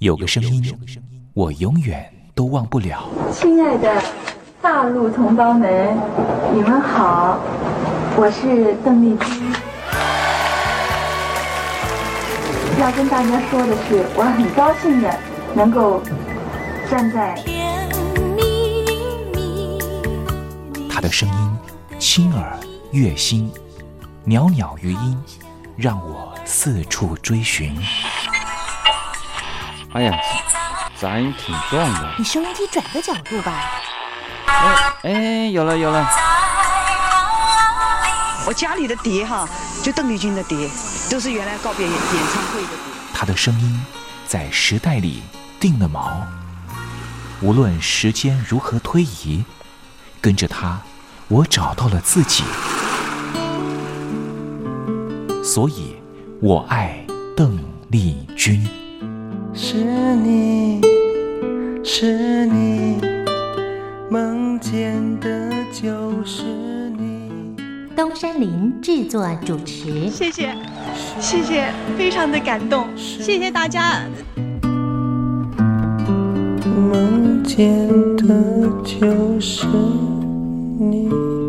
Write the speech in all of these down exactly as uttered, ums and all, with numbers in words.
有个声音，我永远都忘不了。 亲爱的大陆同胞们，你们好，我是邓丽君。要跟大家说的是，我很高兴的能够站在她的声音轻耳悦心，袅袅余音，让我四处追寻。 哎呀，杂音挺重的。 你收音机转个角度吧。 哎哎，有了有了。 我家里的碟哈，就邓丽君的碟，都是原来告别演唱会的碟。 她的声音在时代里定了锚，无论时间如何推移，跟着她，我找到了自己。所以，我爱邓丽君。 是你，是你，梦见的就是你。 东山林制作主持， 谢谢，谢谢，非常的感动，谢谢大家。 梦见的就是你。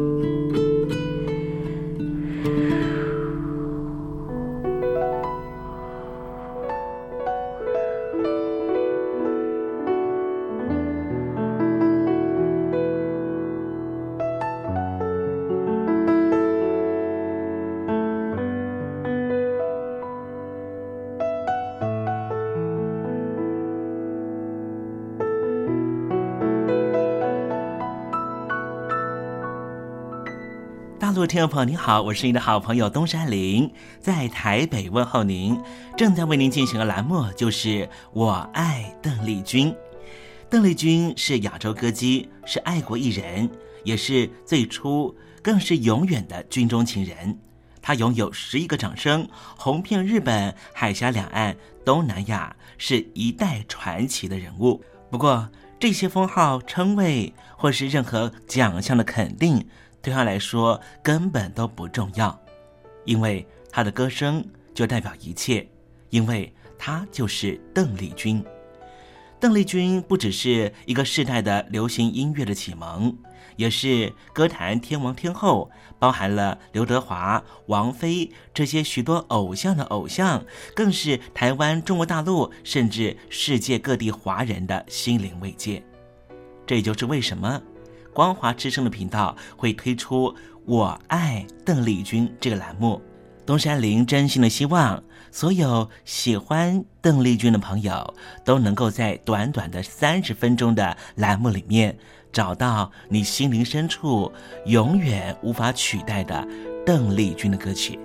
大陆听众朋友您好，我是您的好朋友东山林，在台北问候您。正在为您进行的栏目就是我爱邓丽君。邓丽君是亚洲歌姬，是爱国艺人，也是最初更是永远的军中情人。她拥有十一个掌声，红遍日本、海峡两岸、东南亚，是一代传奇的人物。不过这些封号、称谓或是任何奖项的肯定，对他来说根本都不重要，因为他的歌声就代表一切，因为他就是邓丽君。邓丽君不只是一个世代的流行音乐的启蒙，也是歌坛天王天后，包含了刘德华、王菲这些许多偶像的偶像，更是台湾、中国大陆甚至世界各地华人的心灵慰藉。这也就是为什么光华之声的频道会推出我爱邓丽君这个栏目。东山林真心的希望所有喜欢邓丽君的朋友都能够在短短的三十分钟的栏目里面找到你心灵深处永远无法取代的邓丽君的歌曲。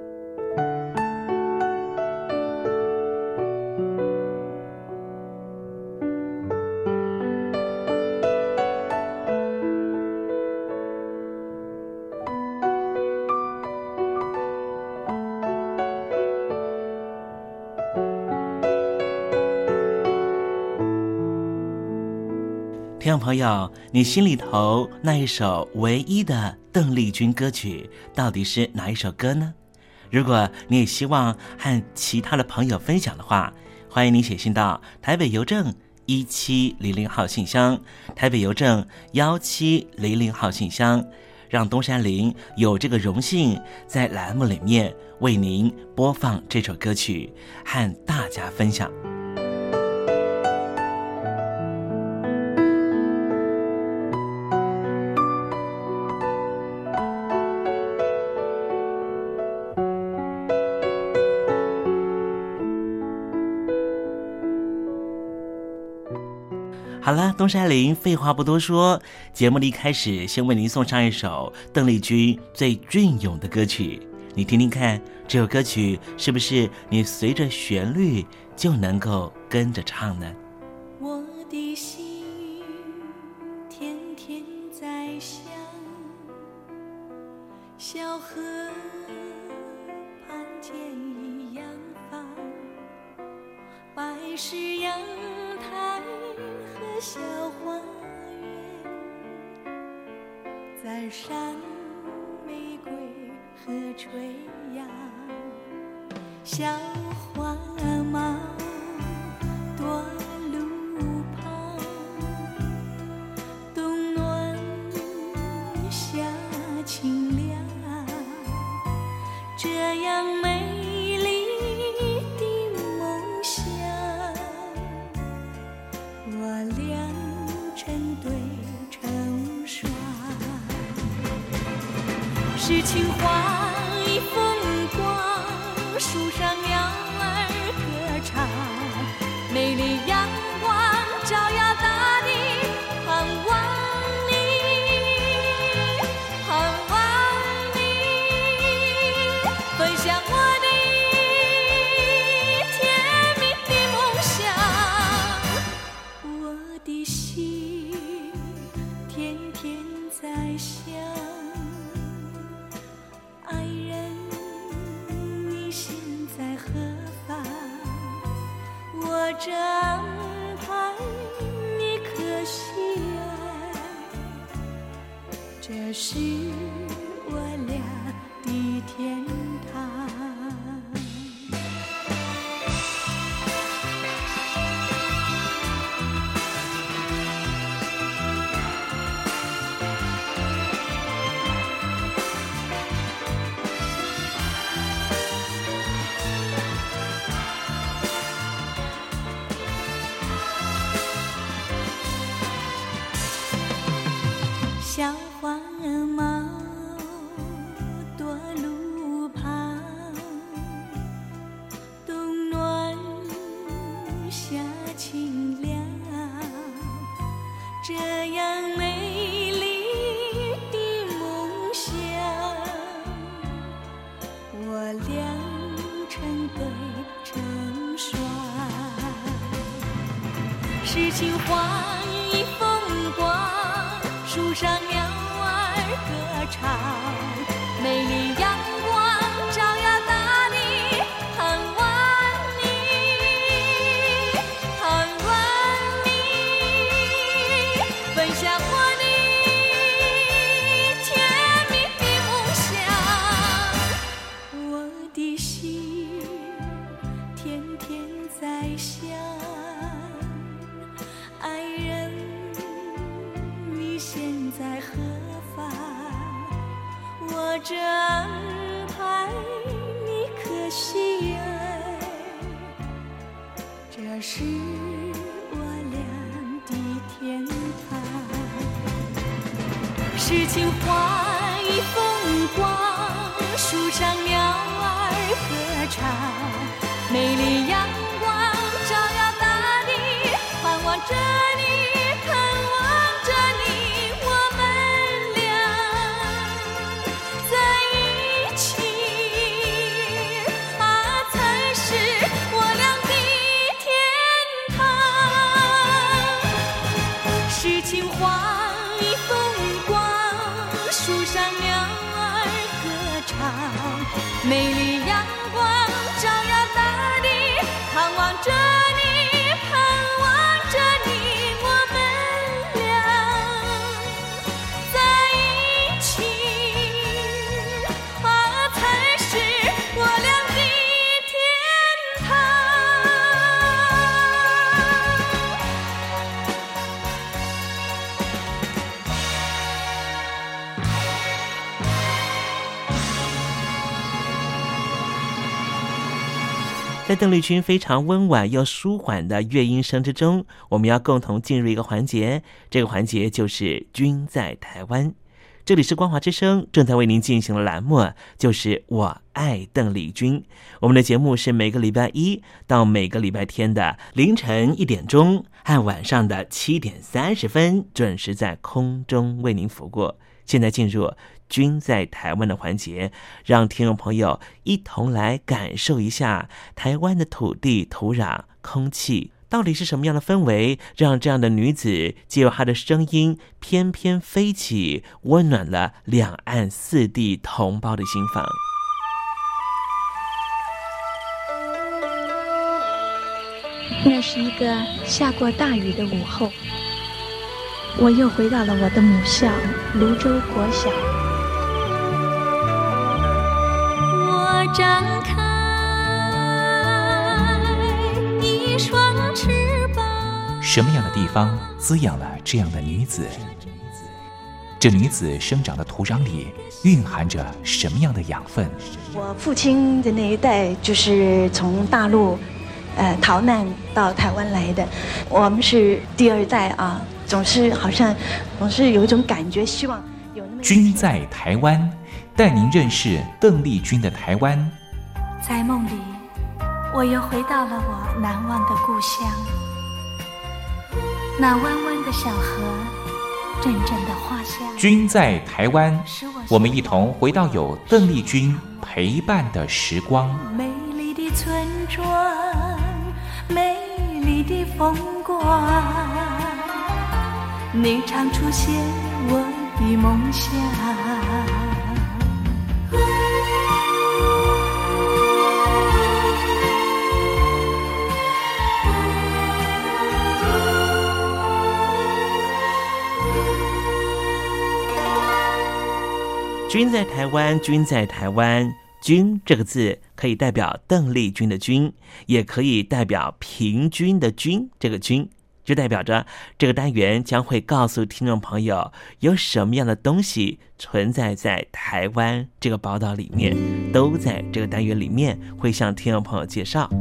听众朋友，你心里头那一首唯一的邓丽君歌曲到底是哪一首歌呢？如果你也希望和其他的朋友分享的话，欢迎你写信到台北邮政一七零零号信箱，台北邮政一七零零号信箱，让东山林有这个荣幸在栏目里面为您播放这首歌曲，和大家分享。好了，东山林废话不多说，节目的一开始先为您送上一首邓丽君最隽永的歌曲，你听听看，这首歌曲是不是你随着旋律就能够跟着唱呢？ 我的心天天在想，小河畔见一样房，百事阳台和小花园，在山玫瑰和垂杨，小花猫多是情花一风光，树上鸟儿歌唱，美丽阳光照耀大地，盼望你，盼望你分享我的甜蜜的梦想，我的心天天在想，爱人你现在何方？我正盼你可喜爱，这是我俩的天堂。小花猫躲路旁，冬暖夏清凉，这样美丽的梦想，我俩成对成双，是情花一风光，树上鸟儿歌唱，美丽阳光照耀大地，盼望你，盼望你分享我的甜蜜的梦想，我的心天天在想，爱人现在何方？我正盼你可喜爱，这是我俩的天堂。是情花一风光，树上鸟儿歌唱，美丽阳光照耀大地，盼望着你，盼望着你。情花一风光，树上鸟儿歌唱，美丽阳光照耀大地，盼望着你，盼望着你，我们俩在一起，啊，才是我俩的天堂。 在邓丽君非常温婉又舒缓的乐音声之中，我们要共同进入一个环节，这个环节就是君在台湾。这里是光华之声正在为您进行的栏目就是我爱邓丽君。我们的节目是每个礼拜一到每个礼拜天的凌晨一点钟和晚上的七点三十分准时在空中为您服务。现在进入君在台湾的环节，让听众朋友一同来感受一下台湾的土地、土壤、空气到底是什么样的氛围，让这样的女子借由她的声音翩翩飞起，温暖了两岸四地同胞的心房。 那是一个下过大雨的午后，我又回到了我的母校泸州国小。 我张开一双翅膀。 什么样的地方滋养了这样的女子？这女子生长的土壤里蕴含着什么样的养分？ 我父亲的那一代就是从大陆呃逃难到台湾来的，我们是第二代啊，总是好像总是有一种感觉，希望有那么。 君在台湾， 带您认识邓丽君的台湾。 在梦里，我又回到了我难忘的故乡，那弯弯的小河，阵阵的花香。 君在台湾，我们一同回到有邓丽君陪伴的时光。 美丽的村庄，美丽的风光，你常出现我的梦想。 君在台湾，君在台湾，君这个字可以代表邓丽君的君，也可以代表平均的均，这个均就代表着这个单元将会告诉听众朋友有什么样的东西存在在台湾这个宝岛里面，都在这个单元里面会向听众朋友介绍。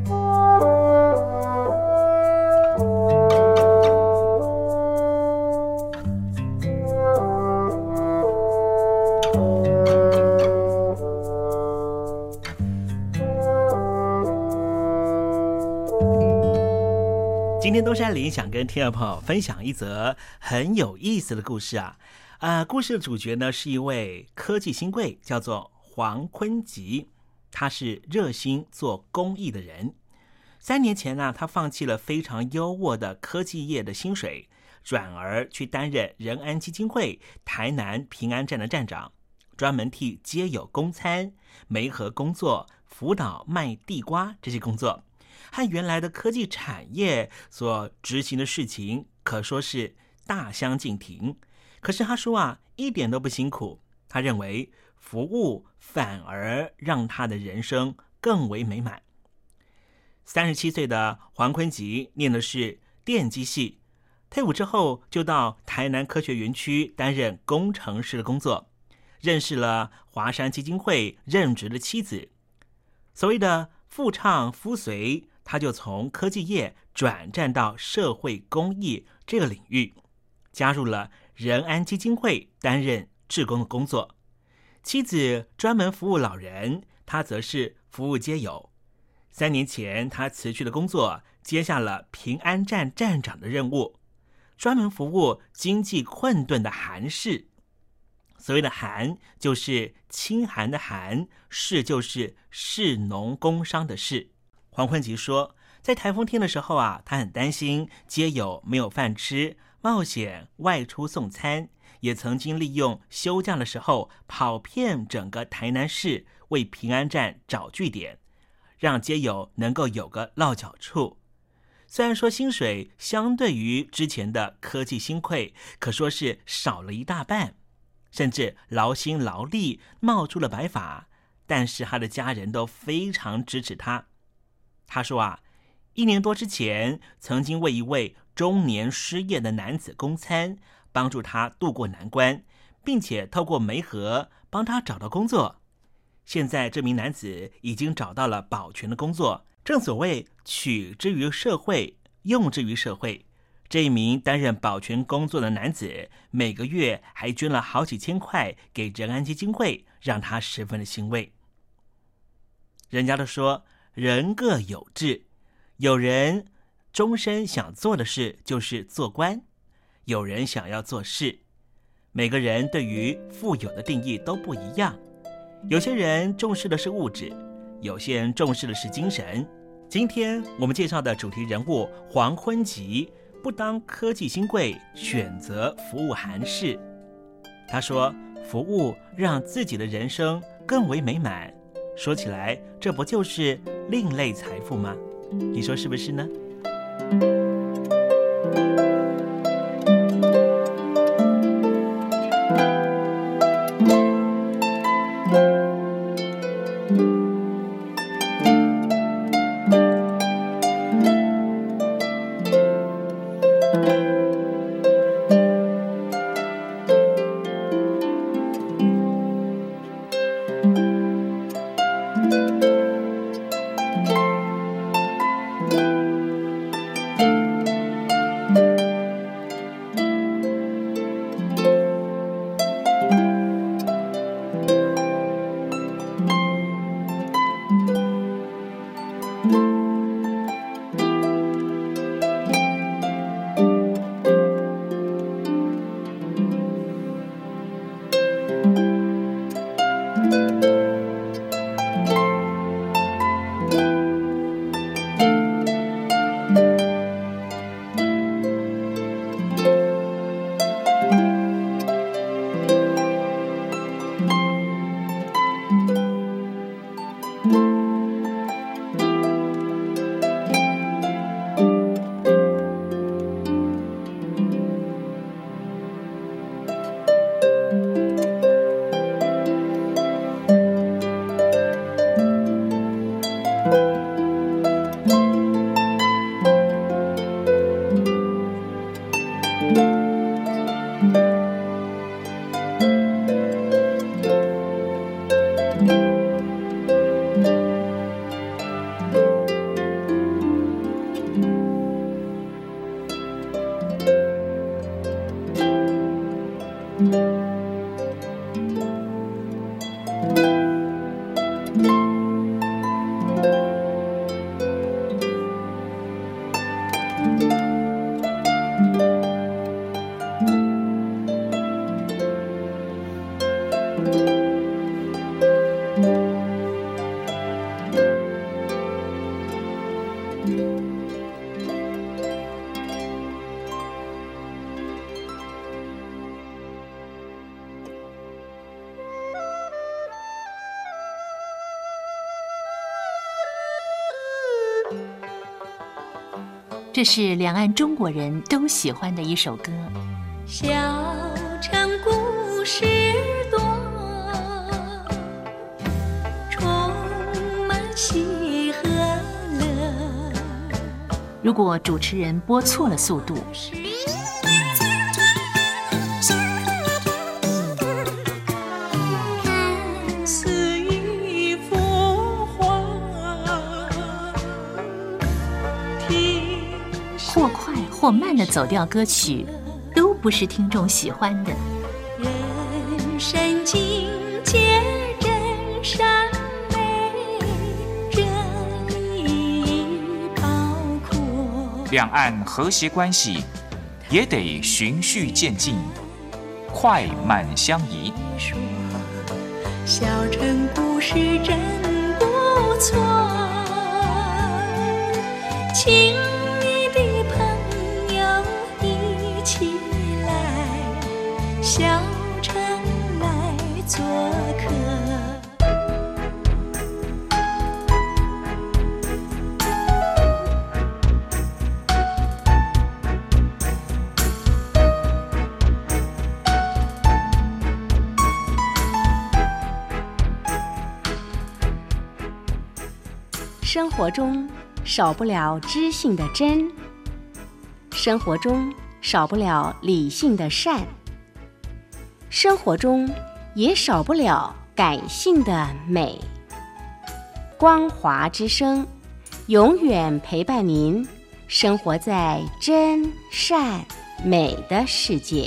今天东山林想跟听众朋友分享一则很有意思的故事啊，呃，故事的主角呢是一位科技新贵，叫做黄坤吉，他是热心做公益的人。三年前呢，他放弃了非常优渥的科技业的薪水，转而去担任仁安基金会台南平安站的站长，专门替街友供餐、媒合工作、辅导卖地瓜这些工作。和原来的科技产业所执行的事情可说是大相径庭。可是他说啊，一点都不辛苦。他认为服务反而让他的人生更为美满。三十七岁的黄坤吉念的是电机系，退伍之后就到台南科学园区担任工程师的工作，认识了华山基金会任职的妻子。所谓的夫唱夫随，他就从科技业转战到社会公益这个领域，加入了仁安基金会担任志工的工作。妻子专门服务老人，他则是服务街友。三年前，他辞去了工作，接下了平安站站长的任务，专门服务经济困顿的韩市。所谓的韩，就是清寒的寒，市就是士农工商的士。黄坤吉说，在台风天的时候啊，他很担心街友没有饭吃，冒险外出送餐，也曾经利用休假的时候跑遍整个台南市，为平安站找据点，让街友能够有个落脚处。虽然说薪水相对于之前的科技新贵可说是少了一大半，甚至劳心劳力冒出了白发，但是他的家人都非常支持他。他说啊，一年多之前曾经为一位中年失业的男子供餐，帮助他渡过难关，并且透过媒合帮他找到工作。现在这名男子已经找到了保全的工作，正所谓取之于社会，用之于社会。这一名担任保全工作的男子每个月还捐了好几千块给仁安基金会，让他十分的欣慰。人家都说人各有志，有人终身想做的事就是做官，有人想要做事。每个人对于富有的定义都不一样，有些人重视的是物质，有些人重视的是精神。今天我们介绍的主题人物黄坤吉，不当科技新贵，选择服务韩市。他说，服务让自己的人生更为美满。说起来，这不就是另类财富吗？你说是不是呢？ 这是两岸中国人都喜欢的一首歌。 小城故事多，充满喜和乐。 如果主持人播错了速度， 看似一幅画， 或快或慢的走调歌曲，都不是听众喜欢的。 人生境界真善美，这一包括。 两岸和谐关系也得循序渐进，快慢相宜。 小城故事真不错，请你的朋友一起来小城来做客。 生活中少不了知性的真，生活中少不了理性的善，生活中也少不了感性的美。光华之声永远陪伴您，生活在真善美的世界。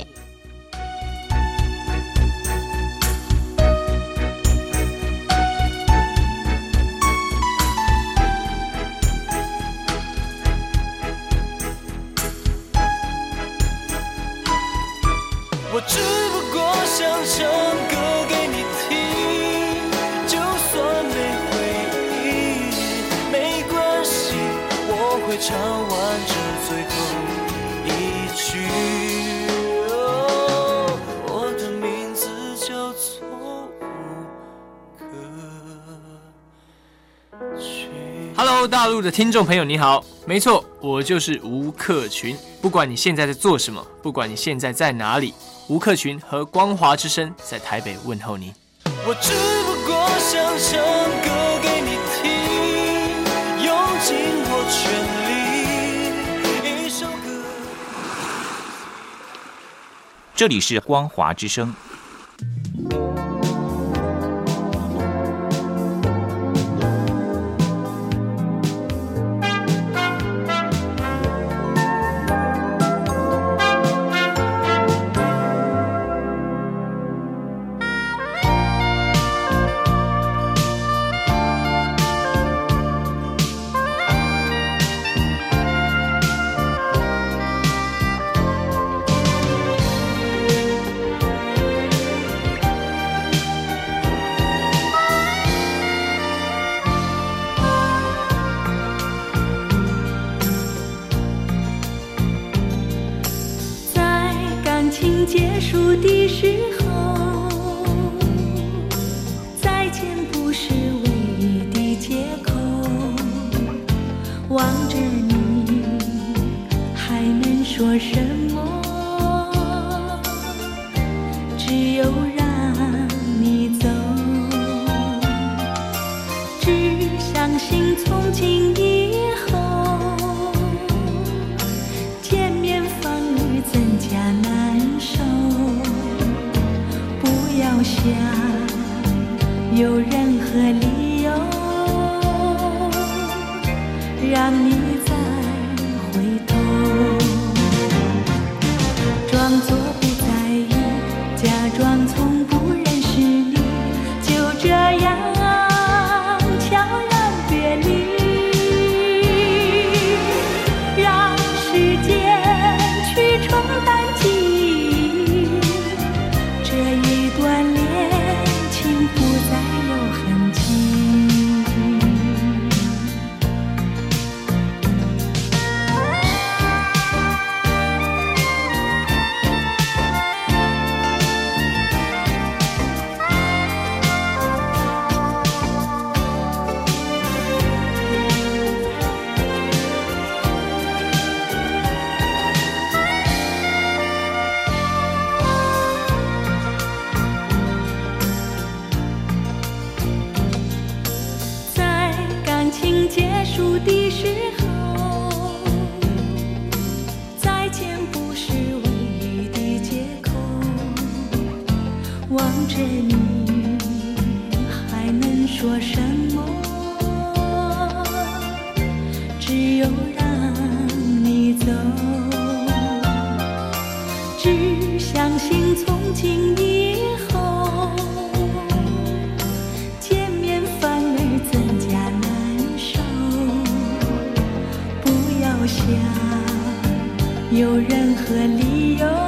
我只不过想唱歌给你听，就算没回应没关系，我会唱完这最后一句。哦，我的名字叫做吴克群。 Hello， 大陆的听众朋友你好，没错，我就是吴克群。不管你现在在做什么，不管你现在在哪里，吴克群和光华之声在台北问候您。 我只不过想唱歌给你听，用尽我全力，一首歌。 这里是光华之声。 结束的时候，再见不是唯一的借口。望着你，还能说什么？只有让你走。只相信从今以后，见面反而增加难受。不要想有任何理由让你再回头，装作不在意，假装从不认识你，就这样悄然别离，让生有任何理由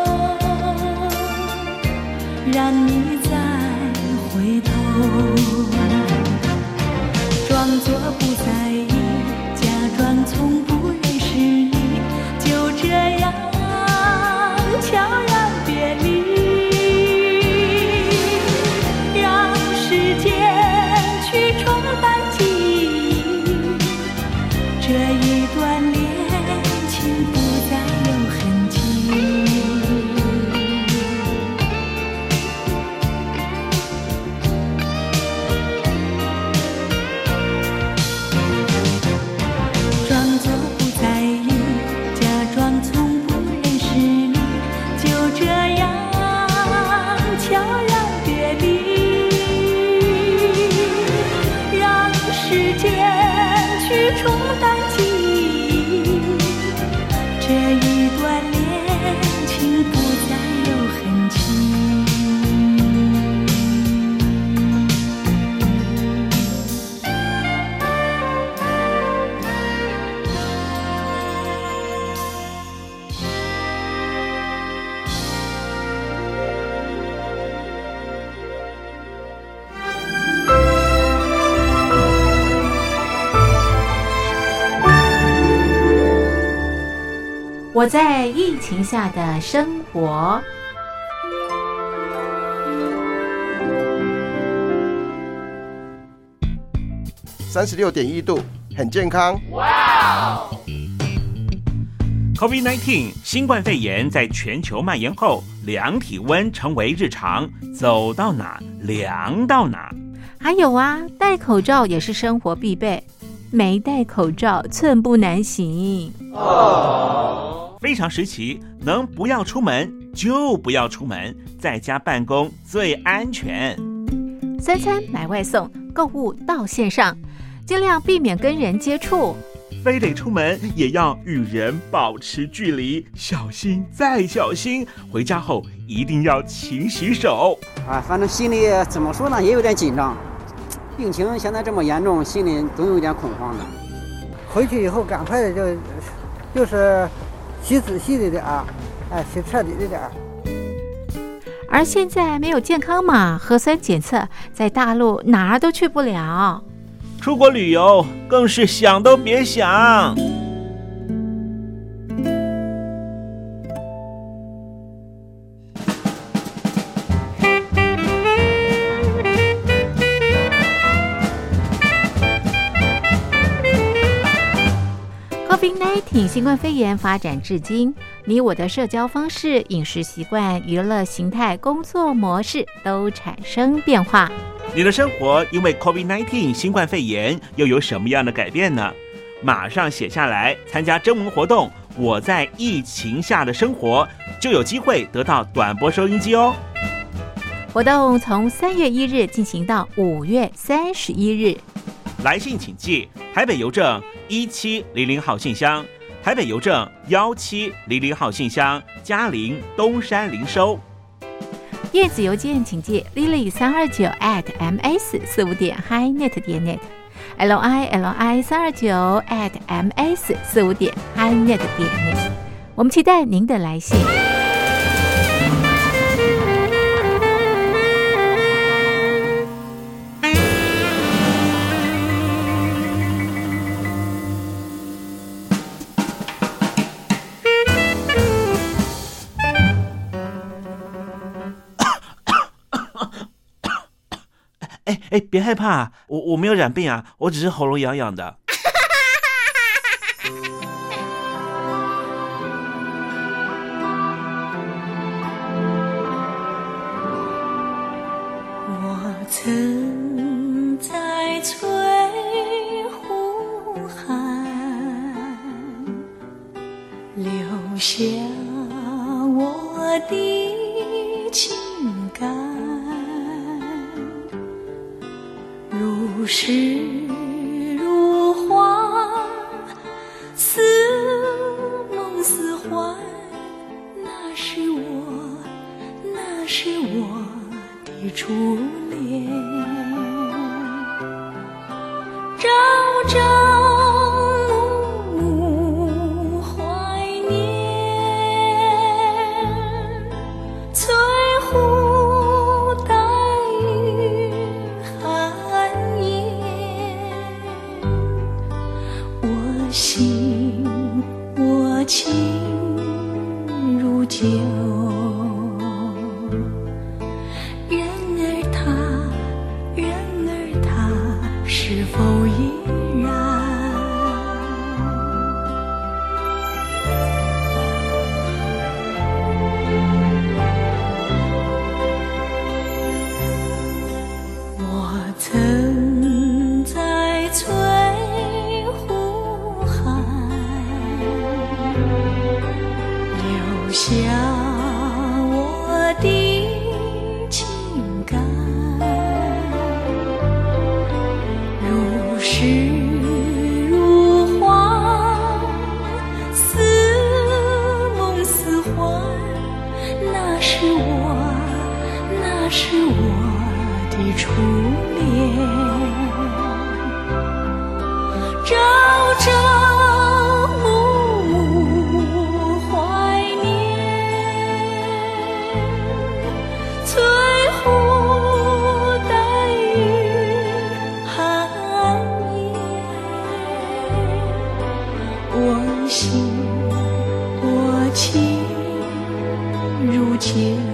让你再回头，装作不在意，假装从不认识你，就这样悄然别离，让时间去冲淡记忆，这一段恋情不再有痕迹。装作不在意，假装从不认识你，就这样悄然别离，让时间去冲淡记忆，这一段恋情不再有痕迹。 我在疫情下的生活。 三十六点一度，很健康。 哇 ！COVID 十九 新冠肺炎在全球蔓延后，量体温成为日常，走到哪量到哪。 还有啊，戴口罩也是生活必备，没戴口罩寸步难行。 哦。非常时期，能不要出门就不要出门，在家办公最安全。 三餐买外送，购物到线上，尽量避免跟人接触。 非得出门也要与人保持距离，小心再小心。回家后一定要勤洗手。 啊，反正心里怎么说呢，也有点紧张。病情现在这么严重，心里总有点恐慌的。 回去以后赶快的就就是洗仔细的点儿，哎，洗彻底的点儿。 而现在没有健康码核酸检测，在大陆哪儿都去不了。 出国旅游更是想都别想。 COVID 十九 新冠肺炎发展至今，你我的社交方式、饮食习惯、娱乐形态、工作模式都产生变化。 你的生活因为 COVID 十九 新冠肺炎又有什么样的改变呢？马上写下来，参加征文活动，我在疫情下的生活，就有机会得到短波收音机哦。 活动从三月一日进行到五月三十一日。 来信请寄台北邮政一七零零号信箱，台北邮政幺七零零号信箱，嘉陵东山零收。 电子邮件请寄 lily 三二九 at ms 四五点 highnet 点 net l i l i 三二九 at ms 四五点 highnet 点 net。我们期待您的来信。 哎哎，别害怕，我我没有染病啊，我只是喉咙痒痒的。 我曾在翠湖畔留下我的情感，如诗如画，似梦似幻，那是我，那是我的初恋。朝朝暮暮怀念， 情如酒，然而他，然而他是否依然？我曾在翠湖畔留下我的情感，如诗如画，似梦似幻，那是我，那是我的初恋。朝朝暮暮怀念，翠湖带雨寒烟，我心我情如酒。